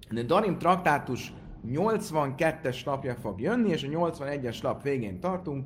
De Darim traktátus 82-es lapja fog jönni, és a 81-es lap végén tartunk,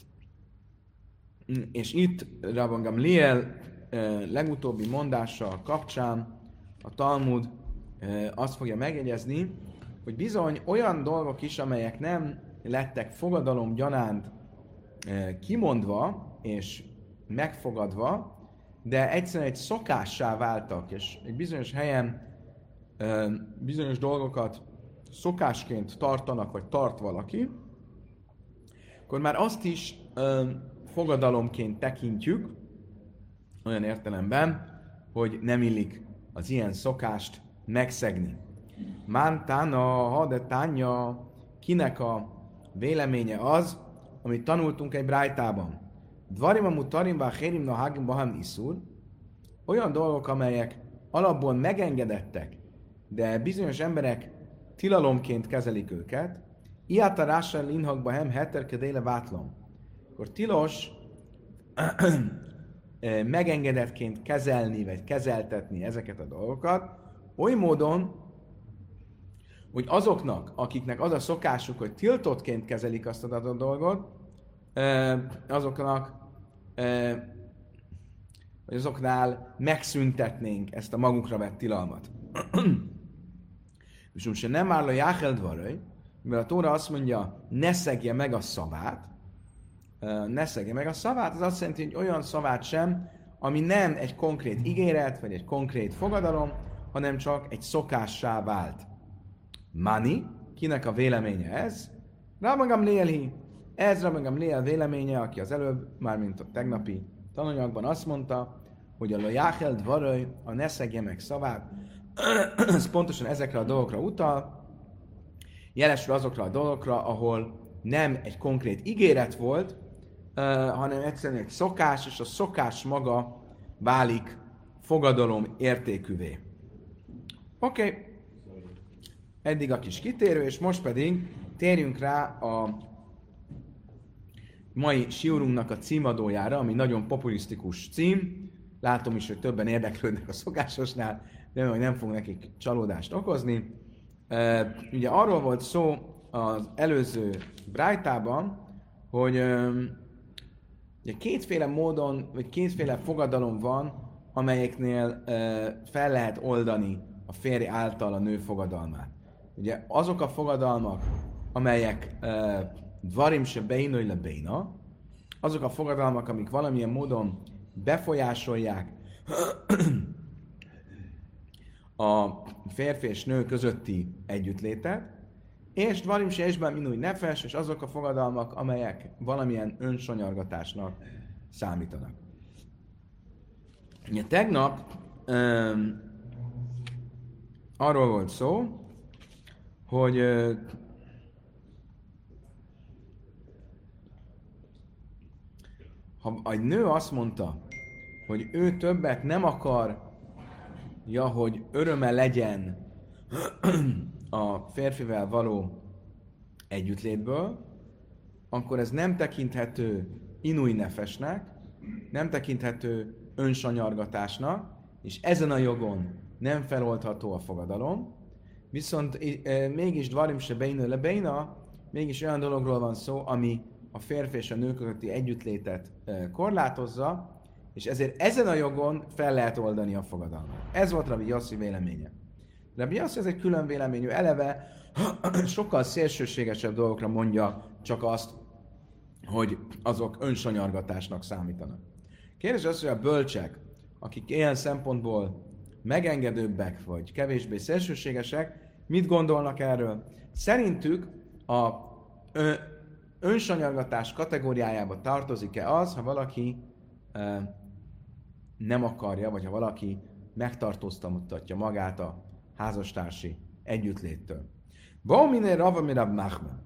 és itt Rabban Gamliel legutóbbi mondása kapcsán a Talmud azt fogja megjegyezni, hogy bizony olyan dolgok is, amelyek nem lettek fogadalom gyanánt kimondva és megfogadva, de egyszerűen egy szokássá váltak, és egy bizonyos helyen bizonyos dolgokat szokásként tartanak, vagy tart valaki, akkor már azt is fogadalomként tekintjük, olyan értelemben, hogy nem illik az ilyen szokást megszegni. Mántán a hadetánya, kinek a véleménye az, amit tanultunk egy brájtában. Dvarim mutarim v'acherim nahagim baham iszur, olyan dolgok, amelyek alapból megengedettek, de bizonyos emberek tilalomként kezelik őket, iáta rással linhagba hem heterkedéle vátlam. Akkor tilos megengedettként kezelni, vagy kezeltetni ezeket a dolgokat, oly módon, hogy azoknak, akiknek az a szokásuk, hogy tiltottként kezelik azt az adott dolgot, vagy azoknál megszüntetnénk ezt a magukra vett tilalmat. És most nem áll a jáheldvaraj, mivel a Tóra azt mondja, ne szegje meg a szavát, az azt jelenti, hogy olyan szavát sem, ami nem egy konkrét ígéret, vagy egy konkrét fogadalom, hanem csak egy szokássá vált. Mani, kinek a véleménye ez? Rabban Gamlielhi. Ez Rabban Gamliel véleménye, aki az előbb, mármint a tegnapi tananyagban azt mondta, hogy a lojáhel dvaraj, a ne szegje meg szavát, ez pontosan ezekre a dolgokra utal, jelesül azokra a dolgokra, ahol nem egy konkrét ígéret volt, hanem egyszerűen egy szokás, és a szokás maga válik fogadalom értékűvé. Oké. Eddig a kis kitérő, és most pedig térjünk rá a mai siurunknak a címadójára, ami nagyon populisztikus cím. Látom is, hogy többen érdeklődnek a szokásosnál, de hogy nem fog nekik csalódást okozni. Ugye arról volt szó az előző brájtában, hogy ugye kétféle módon, vagy kétféle fogadalom van, amelyeknél fel lehet oldani a férj által a nő fogadalmát. Ugye azok a fogadalmak, amelyek dvarim se beinoi le beina, azok a fogadalmak, amik valamilyen módon befolyásolják a férfi és nő közötti együttlétet, és dvarim se esben minúj nefes, és azok a fogadalmak, amelyek valamilyen önsonyargatásnak számítanak. Ugye tegnap arról volt szó, hogy ha egy nő azt mondta, hogy ő többet nem akarja, hogy öröme legyen a férfivel való együttlétből, akkor ez nem tekinthető inúj nefesnek, nem tekinthető önsanyargatásnak, és ezen a jogon nem feloldható a fogadalom, viszont mégis dvarim se beinő le beina, mégis olyan dologról van szó, ami a férfi és a nő közötti együttlétet korlátozza, és ezért ezen a jogon fel lehet oldani a fogadalmat. Ez volt Rabbi Yossi véleménye. Rabbi Yossi ez egy külön véleményű, eleve sokkal szélsőségesebb dolgokra mondja csak azt, hogy azok önsanyargatásnak számítanak. Kérdés az, hogy a bölcsek, akik ilyen szempontból megengedőbbek, vagy kevésbé szélsőségesek, mit gondolnak erről? Szerintük a önsanyargatás kategóriájába tartozik-e az, ha valaki nem akarja, vagy ha valaki megtartóztatja magát a házastársi együttléttől. Baumine Rava mi Rab Nachman.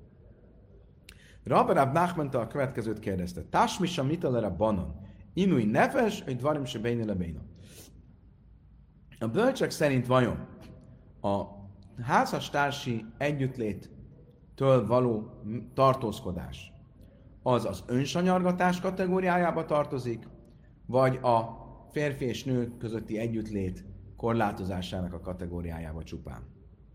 Rab Nachmantól a következőt kérdezte. Tásmisa mitalera banon. Inui nefes, hogy dvarim se beine le beina. A bölcsek szerint vajon a házastársi együttléttől való tartózkodás az az önsanyargatás kategóriájába tartozik, vagy a férfi és nő közötti együttlét korlátozásának a kategóriájába csupán?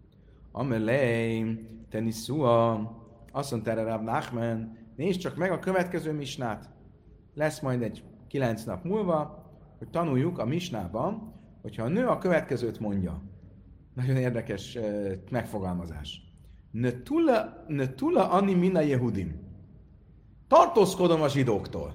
Amelé, teniszua, azt mondta erre Rav Nachman, nézd csak meg a következő misnát. Lesz majd egy 9 nap múlva, hogy tanuljuk a misnában, hogyha a nő a következőt mondja. Nagyon érdekes megfogalmazás. Netula ani mina Yehudim. Tartózkodom a zsidóktól.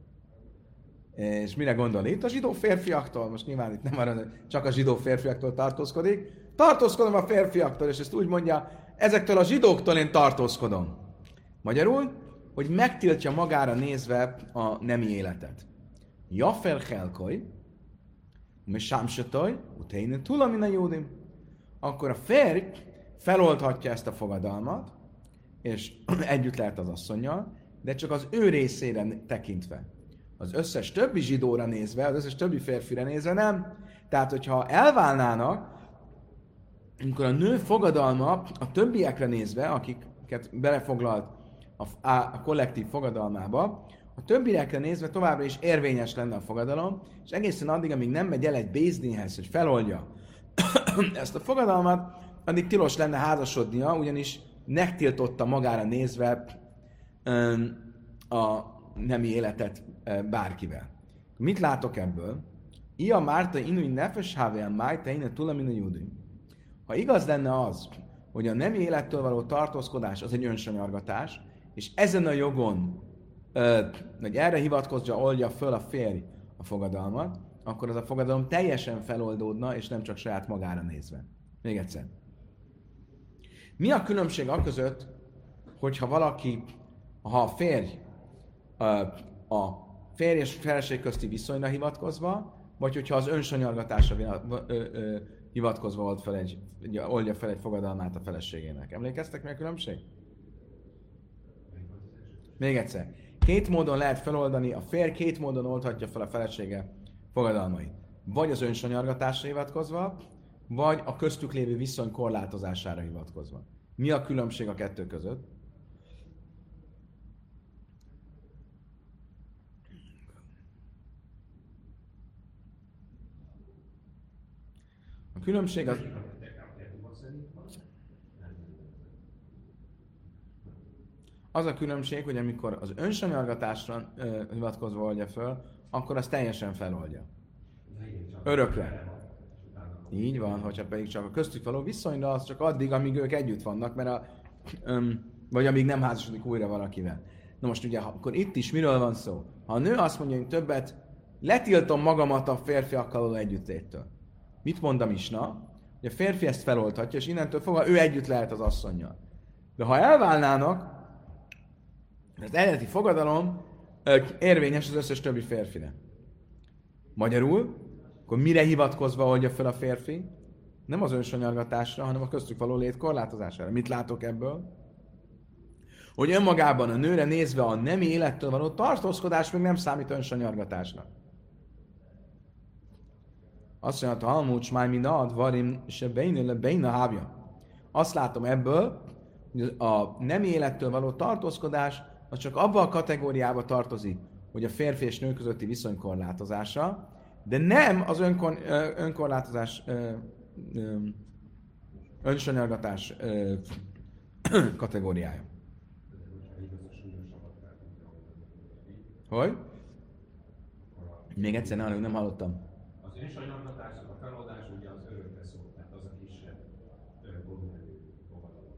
És mire gondol itt? A zsidó férfiaktól. Most nyilván itt nem arra, csak a zsidó férfiaktól tartózkodik. Tartózkodom a férfiaktól, és ezt úgy mondja, ezektől a zsidóktól én tartózkodom. Magyarul, hogy megtiltja magára nézve a nemi életet. Jafel helkoj, mesámsatoj, utána tula mina Yehudim. Akkor a férj feloldhatja ezt a fogadalmat, és együtt lehet az asszonnyal, de csak az ő részére tekintve. Az összes többi zsidóra nézve, az összes többi férfire nézve nem. Tehát, hogyha elválnának, amikor a nő fogadalma a többiekre nézve, akiket belefoglalt a kollektív fogadalmába, a többiekre nézve továbbra is érvényes lenne a fogadalom, és egészen addig, amíg nem megy el egy bézdinhez, hogy feloldja ezt a fogadalmat, addig tilos lenne házasodnia, ugyanis megtiltotta magára nézve a nemi életet bárkivel. Mit látok ebből? Ia Márta inui nefes havél májta innen tula min a Yehudim. Ha igaz lenne az, hogy a nemi élettől való tartózkodás az egy önsanyargatás, és ezen a jogon, hogy erre hivatkozva oldja föl a férj a fogadalmat, akkor az a fogadalom teljesen feloldódna, és nem csak saját magára nézve. Még egyszer. Mi a különbség a között, hogyha valaki, ha a férj a férj és feleség közti viszonyra hivatkozva, vagy hogyha az önsanyargatásra hivatkozva oldja fel egy fogadalmát a feleségének. Emlékeztek mi a különbség? Még egyszer. Két módon lehet feloldani, a férj két módon oldhatja fel a felesége fogadalmait. Vagy az önsanyargatásra hivatkozva, vagy a köztük lévő viszony korlátozására hivatkozva. Mi a különbség a kettő között? A különbség az... Az a különbség, hogy amikor az önsanyargatásra hivatkozva oldja föl, akkor az teljesen feloldja. Örökre. Így van, hogyha pedig csak a köztük való viszonyra, az csak addig, amíg ők együtt vannak, mert vagy amíg nem házasodik újra valakivel. Na most ugye, akkor itt is miről van szó? Ha a nő azt mondja, hogy többet letiltom magamat a férfiakkal való együttléttől. Mit mond a misna? Hogy a férfi ezt feloldhatja, és innentől fogva ő együtt lehet az asszonnyal. De ha elválnának, az eredeti fogadalom érvényes az összes többi férfire. Magyarul, akkor mire hivatkozva oldja fel a férfi? Nem az önsanyargatásra, hanem a köztük való lét korlátozására. Mit látok ebből? Hogy önmagában a nőre nézve a nemi élettől való tartózkodás még nem számít önsanyargatásnak. Azt mondja, a Talmud, smáj minad, varim, se beinőle beina hábja. Azt látom ebből, hogy a nemi élettől való tartózkodás az csak abba a kategóriába tartozik, hogy a férfi és nő közötti viszony korlátozása, de nem az önkorlátozás, önsanyargatás kategóriája. Hogy? Még egyszer nem hallottam. Az önsanyargatásnak a feloldás ugye az örökre szól, tehát az a kisebb volumenű fogadalom.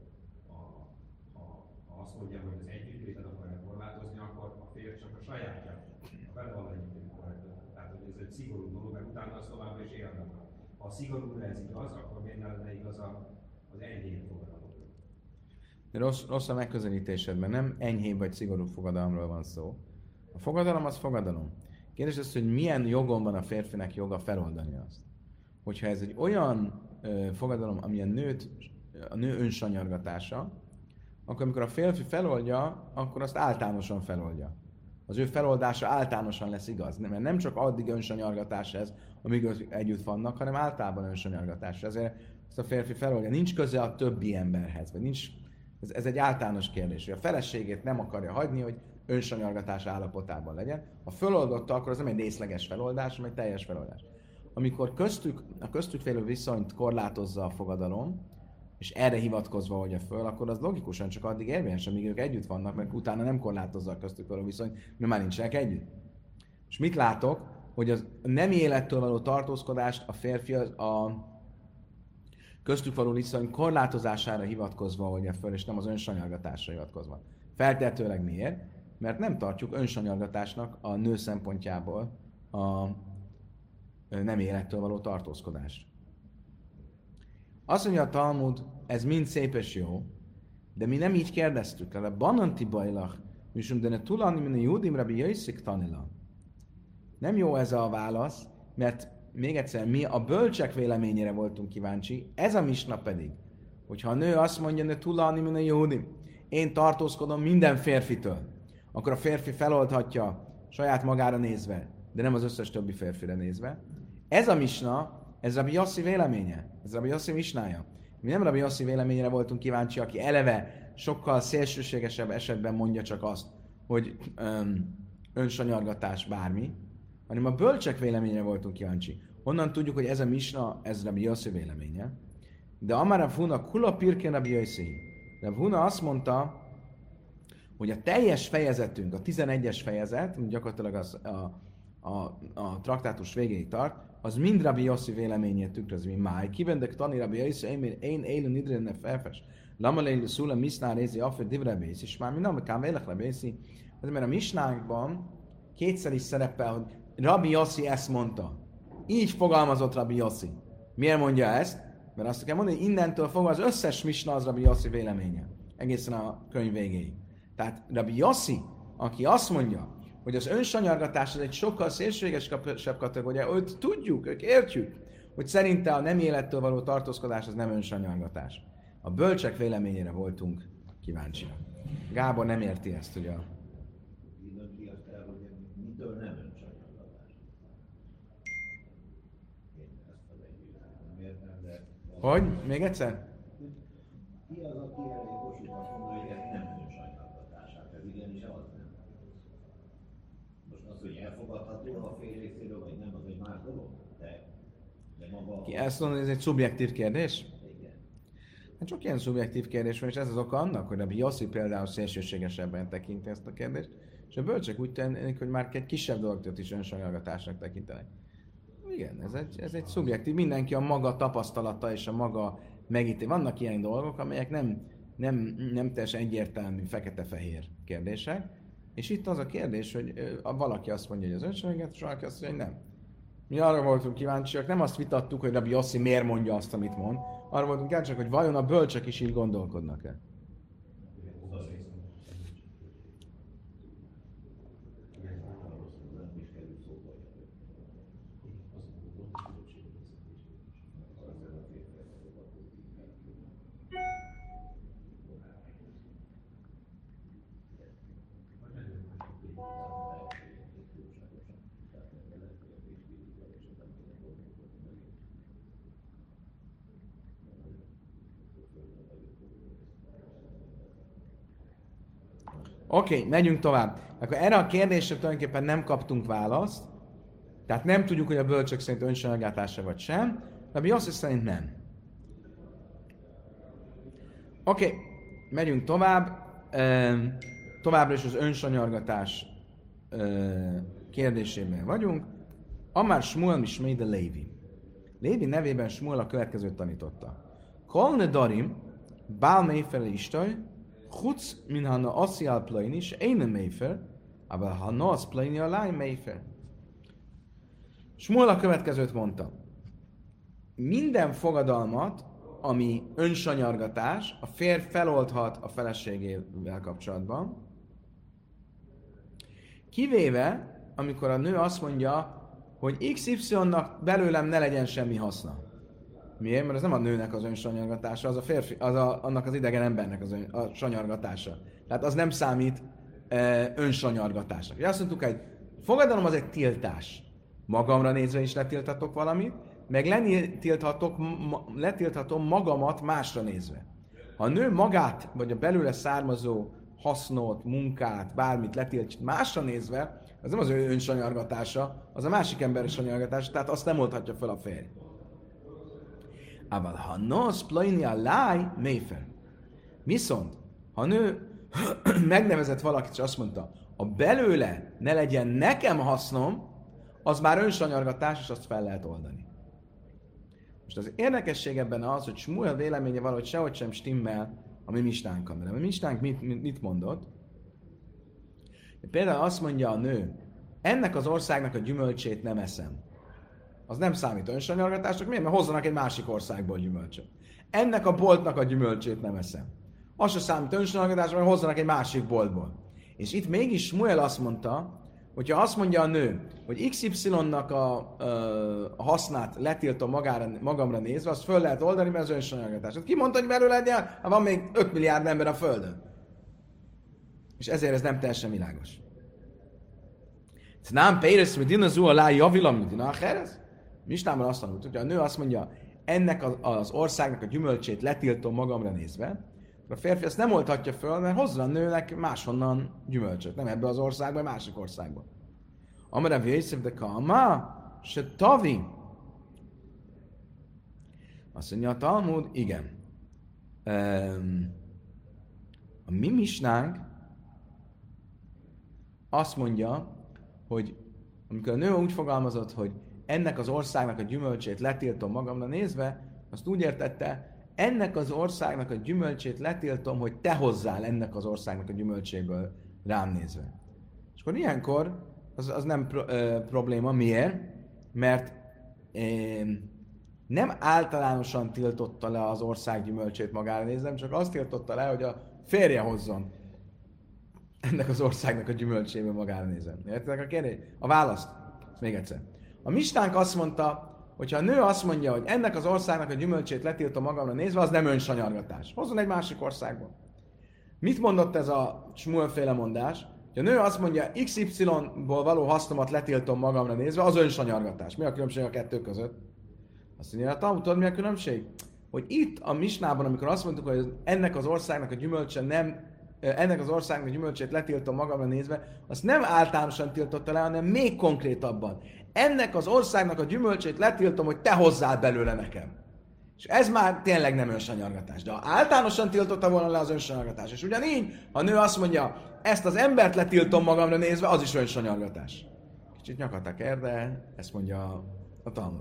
Ha azt mondja, hogy az együttlétet akarja korlátozni, akkor a férj csak a sajátja, a vele való együttlétet korlátozza. Tehát hogy ez egy szigorú dolog, mert utána az továbbra is élnek. Ha szigorúra ez igaz, akkor miért ne lenne igaz az enyhébb fogadalom? De rossz a megközelítésed, mert nem enyhébb vagy szigorú fogadalomról van szó. A fogadalom az fogadalom. Kérdés az, hogy milyen jogon van a férfinek joga feloldani azt. Hogyha ez egy olyan fogadalom, ami a nő önsanyargatása, akkor amikor a férfi feloldja, akkor azt általánosan feloldja. Az ő feloldása általánosan lesz igaz. Mert nem csak addig önsanyargatás ez, amíg együtt vannak, hanem általában önsanyargatás. Ezért ezt a férfi feloldja. Nincs köze a többi emberhez, vagy nincs, ez egy általános kérdés, hogy a feleségét nem akarja hagyni, hogy önsanyargatás állapotában legyen. Ha feloldotta, akkor az nem egy részleges feloldás, hanem egy teljes feloldás. Amikor a köztük félő viszonyt korlátozza a fogadalom, és erre hivatkozva oldja föl, akkor az logikusan csak addig érvényes, amíg ők együtt vannak, mert utána nem korlátozza a köztük való viszony, mert már nincsenek együtt. És mit látok? Hogy az nem élettől való tartózkodást a férfi a köztük való viszony korlátozására hivatkozva oldja föl, és nem az önsanyargatásra hivatkozva. Feltehetőleg miért? Mert nem tartjuk önsanyargatásnak a nő szempontjából a nem élettől való tartózkodást. Azt mondja a Talmud, ez mind szép és jó, de mi nem így kérdeztük le. Bananti bajlach, misum de ne tulani, mint a Júdim Rabbi Jöjszik tanila. Nem jó ez a válasz, mert még egyszer, mi a bölcsek véleményére voltunk kíváncsi, ez a misna pedig, hogyha a nő azt mondja, ne tulani, mint a Júdim, én tartózkodom minden férfitől, akkor a férfi feloldhatja saját magára nézve, de nem az összes többi férfire nézve. Ez a misna, ez Rabbi Yossi véleménye, ez Rabbi Yossi misnája. Mi nem Rabbi Yossi véleményére voltunk kíváncsi, aki eleve sokkal szélsőségesebb esetben mondja csak azt, hogy önsanyargatás bármi, hanem a bölcsek véleményére voltunk kíváncsi. Honnan tudjuk, hogy ez a misna, ez Rabbi Yossi véleménye. De Amar Rav Huna kula pirken Rabbi Yossi. Rav Huna azt mondta, hogy a teljes fejezetünk, a 11-es fejezet, gyakorlatilag az a traktátus végéig tart, az mind Rabbi Yossi véleményét tükrözi, mint máj. Kivendek tani Rabbi Yossi, én élő idrenne felfes. Lama leilu szula misná rézi afir divre bész, és már minden, amikor vélek Rabbi Yossi, mert a misnákban kétszer is szerepel, hogy Rabbi Yossi ezt mondta. Így fogalmazott Rabbi Yossi. Miért mondja ezt? Mert azt kell mondani, hogy innentől fogva az összes misna az Rabbi Yossi véleménye. Egészen a könyv végéig. Tehát Rabbi Yossi, aki azt mondja, hogy az önsanyargatás az egy sokkal szélsőségesebb kategória, őt tudjuk, ők értjük, hogy szerinte a nem élettől való tartózkodás az nem önsanyargatás. A bölcsek véleményére voltunk kíváncsiak. Gábor nem érti ezt, ugye? Mitől nem önsanyargatás? Én ezt az egyébként nem értem, de... Hogy? Még egyszer? Ki az, aki elég Kossuth azt mondja, hogy ez nem önsanyargatás? Hát ez igenis az nem. Most az, hogy elfogadható a fél részéről, vagy nem, az egy más dolog. De maga... Ki ezt mondja, ez egy szubjektív kérdés? Igen. Hát sok ilyen szubjektív kérdés van, és ez az oka annak, hogy Rabbi Yossi például szélsőségesebben tekinti ezt a kérdést, és a bölcsek úgy tennék, hogy már egy kisebb dolgot is önsanyargatásnak tekintenek. Igen, ez egy szubjektív, mindenki a maga tapasztalata és a maga megítél. Vannak ilyen dolgok, amelyek nem teljesen egyértelmű fekete-fehér kérdések, és itt az a kérdés, hogy valaki azt mondja, hogy az önsanyargatás, valaki azt mondja, hogy nem. Mi arra voltunk kíváncsiak, nem azt vitattuk, hogy Rabbi Yossi miért mondja azt, amit mond, arra voltunk kíváncsiak, hogy vajon a bölcsek is így gondolkodnak-e. Oké, megyünk tovább. Akkor erre a kérdésre tulajdonképpen nem kaptunk választ, tehát nem tudjuk, hogy a bölcsök szerint önsanyargatása vagy sem, de mi azt szerint nem. Oké, megyünk tovább. Továbbra is az önsanyargatás kérdésében vagyunk. Amár Shmuel Mishmei de Lévi. Lévi nevében Shmuel a következőt tanította. Kol nedarim, bál méfer istaj, Chutz min hana aszi al plaini, és én nem méfer, aber hana az plaini a lány méfer. Shmuel a következőt mondta. Minden fogadalmat, ami önsanyargatás, a férj feloldhat a feleségével kapcsolatban, kivéve, amikor a nő azt mondja, hogy XY-nak belőlem ne legyen semmi haszna. Miért? Mert ez nem a nőnek az önsanyargatása, az a férfi, annak az idegen embernek a sanyargatása. Tehát az nem számít önsanyargatásnak. Azt mondtuk, hogy fogadalom az egy tiltás. Magamra nézve is letiltatok valamit, meg letilthatom magamat másra nézve. Ha a nő magát, vagy a belőle származó hasznot, munkát, bármit letilt másra nézve, az nem az ő önsanyargatása, az a másik ember sanyargatása, tehát azt nem oldhatja fel a férj. Ával ha nos plajni a láj, méfer. Viszont, ha a nő megnevezett valakit, és azt mondta, a belőle ne legyen nekem hasznom, az már önsanyargatás, és azt fel lehet oldani. Most az érdekesség ebben az, hogy Smuel véleménye valahogy sehogy sem stimmel a mi misnánkkal. Mert a mi misnánk mit mondott? Például azt mondja a nő, ennek az országnak a gyümölcsét nem eszem. Az nem számít önsanyargatásnak. Miért? Mert hozzanak egy másik országból gyümölcsöt. Ennek a boltnak a gyümölcsét nem eszem. Az se számít önsanyargatásnak, mert hozzanak egy másik boltból. És itt mégis Smuel azt mondta, hogyha azt mondja a nő, hogy XY-nak a hasznát letiltom magamra nézve, azt föl lehet oldani, mert az önsanyargatás. Hát ki mondta, hogy belőle legyen? Hát van még 5 milliárd ember a Földön. És ezért ez nem teljesen világos. Nem Pérez, hogy Dina Zua lá javilam, mint Dina Acherez? Misnában azt tanult, hogy a nő azt mondja, ennek az országnak a gyümölcsét letiltom magamra nézve, a férfi ezt nem oldhatja föl, mert hozzá a nőnek máshonnan gyümölcsöt, nem ebbe az országba, másik országba. Amara vészem, de kama, se tavi. Azt mondja a Talmud, igen. A mi misnánk azt mondja, hogy amikor a nő úgy fogalmazott, hogy ennek az országnak a gyümölcsét letiltom magamra nézve, azt úgy értette, ennek az országnak a gyümölcsét letiltom, hogy te hozzál ennek az országnak a gyümölcséből rám nézve. És akkor ilyenkor az nem probléma. Miért? Mert nem általánosan tiltotta le az ország gyümölcsét magára nézve, csak azt tiltotta le, hogy a férje hozzon ennek az országnak a gyümölcséből magára nézve. Értitek a kérdést? A választ? Még egyszer. A misnánk azt mondta, hogyha a nő azt mondja, hogy ennek az országnak a gyümölcsét letiltom magamra nézve, az nem önsanyargatás. Hozzon egy másik országból. Mit mondott ez a Smuel-féle mondás? Hogy a nő azt mondja, XY-ból való hasznomat letiltom magamra nézve, az önsanyargatás. Mi a különbség a kettő között? Azt mondja, a Talmud, tudod mi a különbség? Hogy itt a misnában, amikor azt mondtuk, hogy ennek az országnak a gyümölcse nem ennek az országnak a gyümölcsét letiltom magamra nézve, azt nem általánosan tiltotta le, hanem még konkrétabban. Ennek az országnak a gyümölcsét letiltom, hogy te hozzál belőle nekem. És ez már tényleg nem önsanyargatás. De ha általánosan tiltotta volna le az önsanyargatás, és ugyanígy, ha a nő azt mondja, ezt az embert letiltom magamra nézve, az is önsanyargatás. Kicsit nyakatak ér, de ezt mondja a Talmud.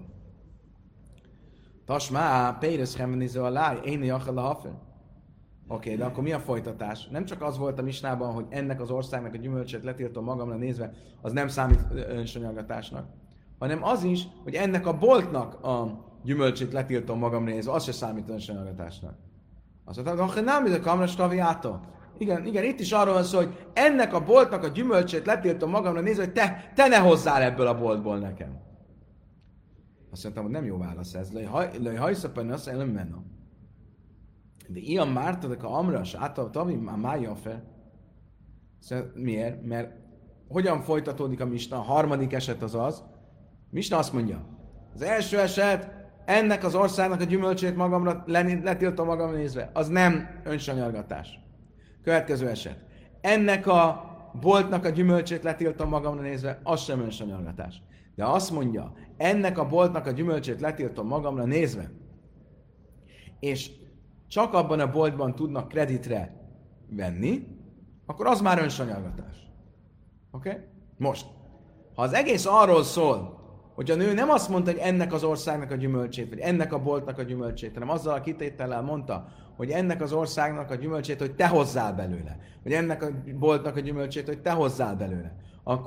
Tasmá, Pérez Hemveniző a láj, éni akal a hafen. Oké, de akkor mi a folytatás? Nem csak az volt a misnában, hogy ennek az országnak a gyümölcsét letiltom magamra nézve, az nem számít önsanyargatásnak, hanem az is, hogy ennek a boltnak a gyümölcsét letiltom magamra nézve, az se számít önsanyargatásnak. Azt mondta, hogy nem, ez a kamrastaviától. Igen, itt is arról van szó, hogy ennek a boltnak a gyümölcsét letiltom magamra nézve, hogy te ne hozzál ebből a boltból nekem. Azt mondtam, hogy nem jó válasz ez. Lej hajszapadni azt mondja, nem menna. De ilyen mártadok a amras, által tavim, a mája fel. Szóval miért? Mert hogyan folytatódik a misna? A harmadik eset az. Misna azt mondja, az első eset, ennek az országnak a gyümölcsét magamra letiltom magamra nézve, az nem önsanyargatás. Következő eset, ennek a boltnak a gyümölcsét letiltom magamra nézve, az sem önsanyargatás. De azt mondja, ennek a boltnak a gyümölcsét letiltom magamra nézve, és csak abban a boltban tudnak kreditre venni, akkor az már önsanyargatás. Oké? Okay? Most, ha az egész arról szól, hogy a nő nem azt mondta, hogy ennek az országnak a gyümölcsét, vagy ennek a boltnak a gyümölcsét, hanem azzal a kitétellel mondta, hogy ennek az országnak a gyümölcsét, hogy te hozzál belőle, vagy ennek a boltnak a gyümölcsét, hogy te hozzál belőle,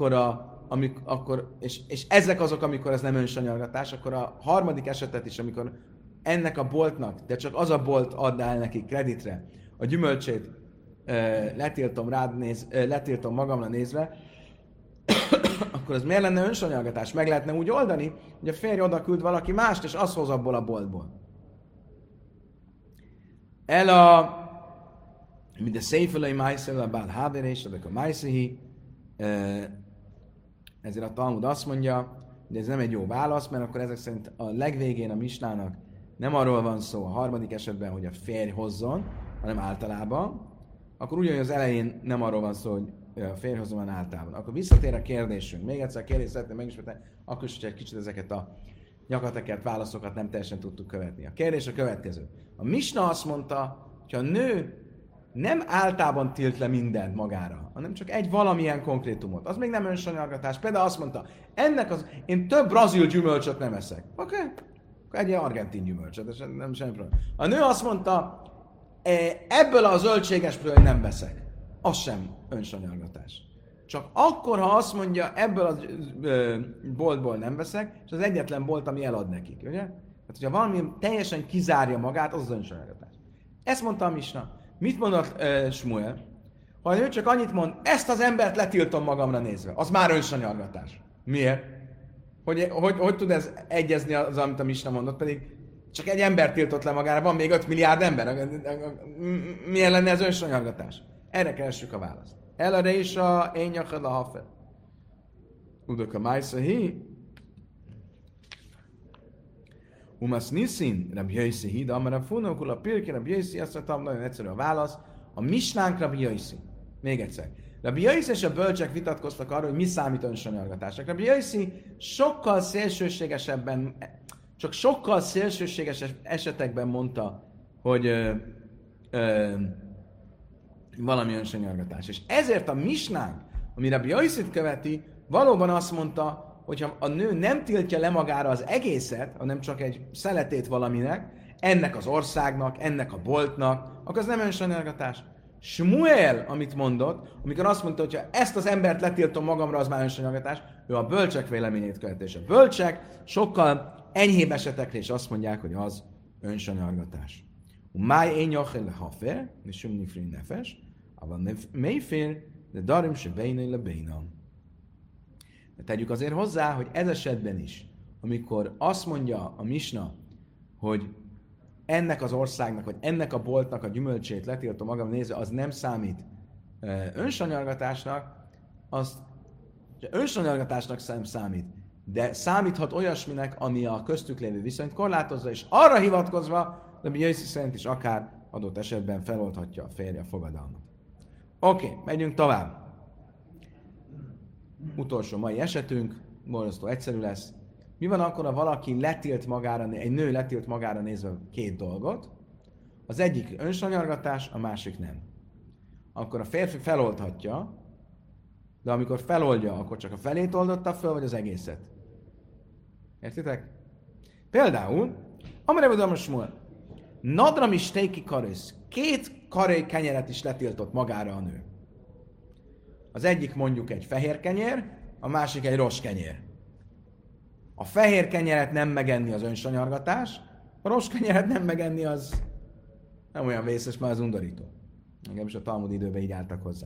és ezek azok, amikor ez nem önsanyargatás, akkor a harmadik esetet is, amikor ennek a boltnak, de csak az a bolt adná el neki kreditre, a gyümölcsét letiltom magamra nézve, akkor ez miért lenne önsanyargatás? Meg lehetne úgy oldani, hogy a férj oda küld valaki mást, és az hoz abból a boltból. Mint a széfelei májszel, a bál háverés, a májszehi, ezért a Talmud azt mondja, hogy ez nem egy jó válasz, mert akkor ezek szerint a legvégén a misnának nem arról van szó a harmadik esetben, hogy a férj hozzon, hanem általában, akkor ugyanúgy az elején nem arról van szó, hogy a férj hozzon, hanem általában. Akkor visszatér a kérdésünk. Még egyszer a kérdést szeretném megismételni, akkor is, hogy egy kicsit ezeket a nyakatekert válaszokat nem teljesen tudtuk követni. A kérdés a következő. A Misna azt mondta, hogy a nő nem általában tilt le mindent magára, hanem csak egy valamilyen konkrétumot. Az még nem önsanyargatás. Például azt mondta, én több brazil gyümölcsöt nem eszek. Oké? Akkor egy argentin gyümölcsöt, és nem semmi probléma. A nő azt mondta, ebből a zöldségesből én nem veszek. Az sem önsanyargatás. Csak akkor, ha azt mondja, ebből a boltból nem veszek, és az egyetlen bolt, ami elad nekik, ugye? Tehát, hogyha valami teljesen kizárja magát, az az önsanyargatás. Ezt mondta a Misna. Mit mondott Smuel? Ha ő csak annyit mond, ezt az embert letiltom magamra nézve, az már önsanyargatás. Miért? Hogy tud ez egyezni az, amit a Misna mondott, pedig csak egy ember tiltott le magára, van még 5 milliárd ember. Milyen lenne ez önsanyargatás? Erre keressük a választ. Elare is a én nyakad a hafer. Udok a májszahi. Umasz niszin, Rabbi Yossi híd, amara funokul a pirki, Rabbi Yossi, azt mondtam, nagyon egyszerű a válasz. A misnánk Rabbi Yossi. Még egyszer. Rabbi Yossi és a bölcsek vitatkoztak arról, hogy mi számít önsanyargatásnak. Rabbi Yossi sokkal szélsőségesebben, csak sokkal szélsőséges esetekben mondta, hogy valami önsanyargatás. És ezért a misnánk, ami Rabbi Yossit követi, valóban azt mondta, hogyha a nő nem tiltja le magára az egészet, hanem csak egy szeletét valaminek, ennek az országnak, ennek a boltnak, akkor az nem önsanyargatás. Smuel, amit mondott, amikor azt mondta, hogy ha ezt az embert letiltom magamra, az már önsanyargatás, ő a bölcsek véleményét követi. És a bölcsek sokkal enyhébb esetekre is azt mondják, hogy az önsanyargatás. Máj én jachel le hafer, és sumni fri nefes, ava mélyfér, de darim se beinai le beinam. De tegyük azért hozzá, hogy ez esetben is, amikor azt mondja a Misna, hogy ennek az országnak, vagy ennek a boltnak a gyümölcsét letiltom magam nézve, az nem számít önsanyargatásnak, az önsanyargatásnak számít, de számíthat olyasminek, ami a köztük lévő viszonyt korlátozza, és arra hivatkozva, de Yossi szerint is akár adott esetben feloldhatja a férje a fogadalmat. Oké, megyünk tovább. Utolsó mai esetünk, borzasztó egyszerű lesz. Mi van akkor, ha valaki letilt magára, egy nő letilt magára nézve 2 dolgot? Az egyik önsanyargatás, a másik nem. Akkor a férfi feloldhatja, de amikor feloldja, akkor csak a felét oldotta föl, vagy az egészet. Értitek? Például, amire mondom a Smuel, nadram is téki karész, 2 karé kenyeret is letiltott magára a nő. Az egyik mondjuk egy fehér kenyér, a másik egy rossz kenyér. A fehér kenyeret nem megenni az önsanyargatás, a rossz kenyeret nem megenni az nem olyan vészes, már az undorító. Engem is a Talmud időben így álltak hozzá.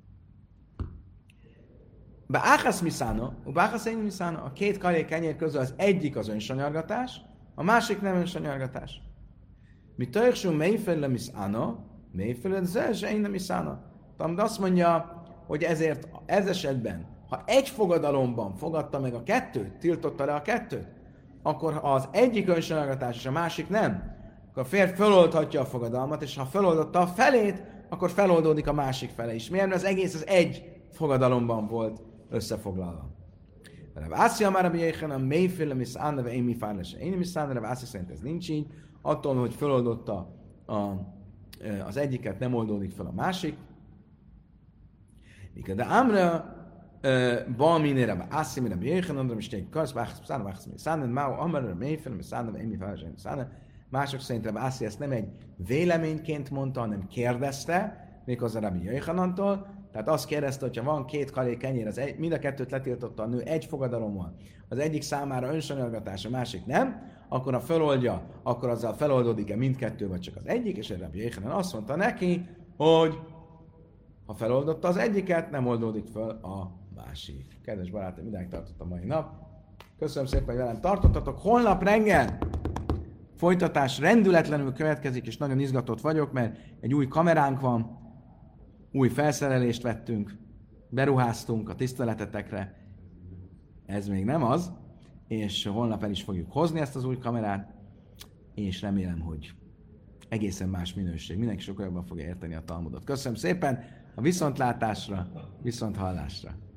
Beáchasz miszána, beáchasz én miszána, a 2 karé kenyér közül az egyik az önsanyargatás, a másik nem önsanyargatás. Mi töjksú mélyféle miszána, mélyféle zse én nem miszána. De azt mondja, hogy ezért ez esetben, ha egy fogadalomban fogadta meg a 2, tiltotta le a 2, akkor ha az egyik önsanyargatás és a másik nem, akkor a férj feloldhatja a fogadalmat, és ha feloldotta a felét, akkor feloldódik a másik fele is. Miért? Az egész az egy fogadalomban volt összefoglalva. Rav Assi amar Rabbi Yochanan mélyféle miszána, ve én mi fárlese. Én miszána, Rav Assi szerint ez nincs így. Attól, hogy feloldotta az egyiket, nem oldódik fel a másik. De Amra Balmini Rabbi Assi, mi Rabbi Yochanan, de most egy karsz, vágsz miszána, vágsz miszána, máu amar mélyféle miszána, ve én mi fárlese miszána. Mások szerint Rabbi Assi ezt nem egy véleményként mondta, hanem kérdezte, méghozzá Rabbi Yochanantól. Tehát azt kérdezte, hogyha van 2 karé kenyér, mind a 2-t letiltotta a nő egy fogadalommal, az egyik számára önsanyargatás, a másik nem, akkor ha feloldja, akkor azzal feloldódik-e mindkettő, vagy csak az egyik, és Rabbi Yochanan azt mondta neki, hogy ha feloldotta az egyiket, nem oldódik fel a másik. Kedves barátaim, idáig tartott a mai nap. Köszönöm szépen, hogy velem tartottatok. Holnap reggel folytatás rendületlenül következik, és nagyon izgatott vagyok, mert egy új kameránk van, új felszerelést vettünk, beruháztunk a tiszteletetekre, ez még nem az, és holnap el is fogjuk hozni ezt az új kamerát, és remélem, hogy egészen más minőség. Mindenki sokkal jobban fogja érteni a Talmudot. Köszönöm szépen a viszontlátásra, viszonthallásra!